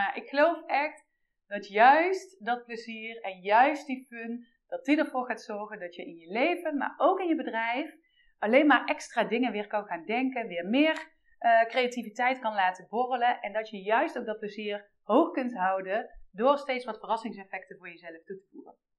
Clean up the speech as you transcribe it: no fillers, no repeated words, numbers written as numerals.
Maar ik geloof echt dat juist dat plezier en juist die fun, dat die ervoor gaat zorgen dat je in je leven, maar ook in je bedrijf, alleen maar extra dingen weer kan gaan denken, weer meer creativiteit kan laten borrelen. En dat je juist ook dat plezier hoog kunt houden door steeds wat verrassingseffecten voor jezelf toe te voegen.